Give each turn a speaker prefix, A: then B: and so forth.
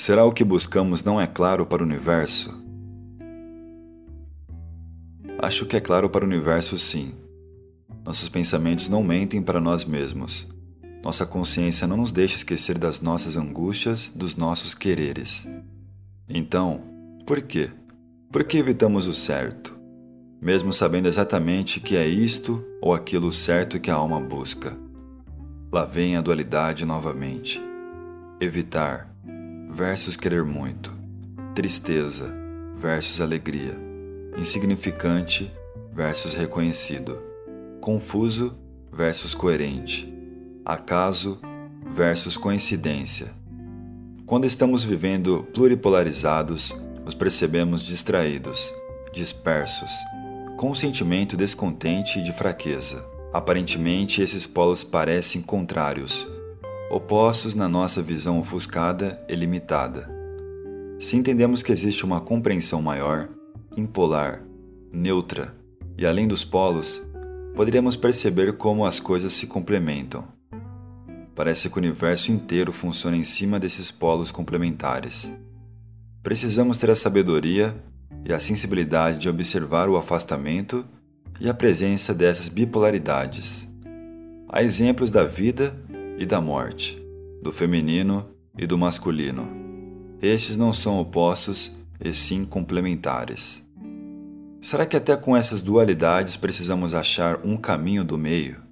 A: Será o que buscamos não é claro para o universo? Acho que é claro para o universo, sim. Nossos pensamentos não mentem para nós mesmos. Nossa consciência não nos deixa esquecer das nossas angústias, dos nossos quereres. Então, por quê? Por que evitamos o certo? Mesmo sabendo exatamente que é isto ou aquilo certo que a alma busca. Lá vem a dualidade novamente. Evitar versus querer muito. Tristeza versus alegria. Insignificante versus reconhecido. Confuso versus coerente. Acaso versus coincidência. Quando estamos vivendo pluripolarizados, nos percebemos distraídos, dispersos, com um sentimento descontente e de fraqueza. Aparentemente, esses polos parecem contrários, opostos na nossa visão ofuscada e limitada. Se entendemos que existe uma compreensão maior, impolar, neutra e além dos polos, poderíamos perceber como as coisas se complementam. Parece que o universo inteiro funciona em cima desses polos complementares. Precisamos ter a sabedoria e a sensibilidade de observar o afastamento e a presença dessas bipolaridades. Há exemplos da vida e da morte, do feminino e do masculino. Estes não são opostos, e sim complementares. Será que até com essas dualidades precisamos achar um caminho do meio?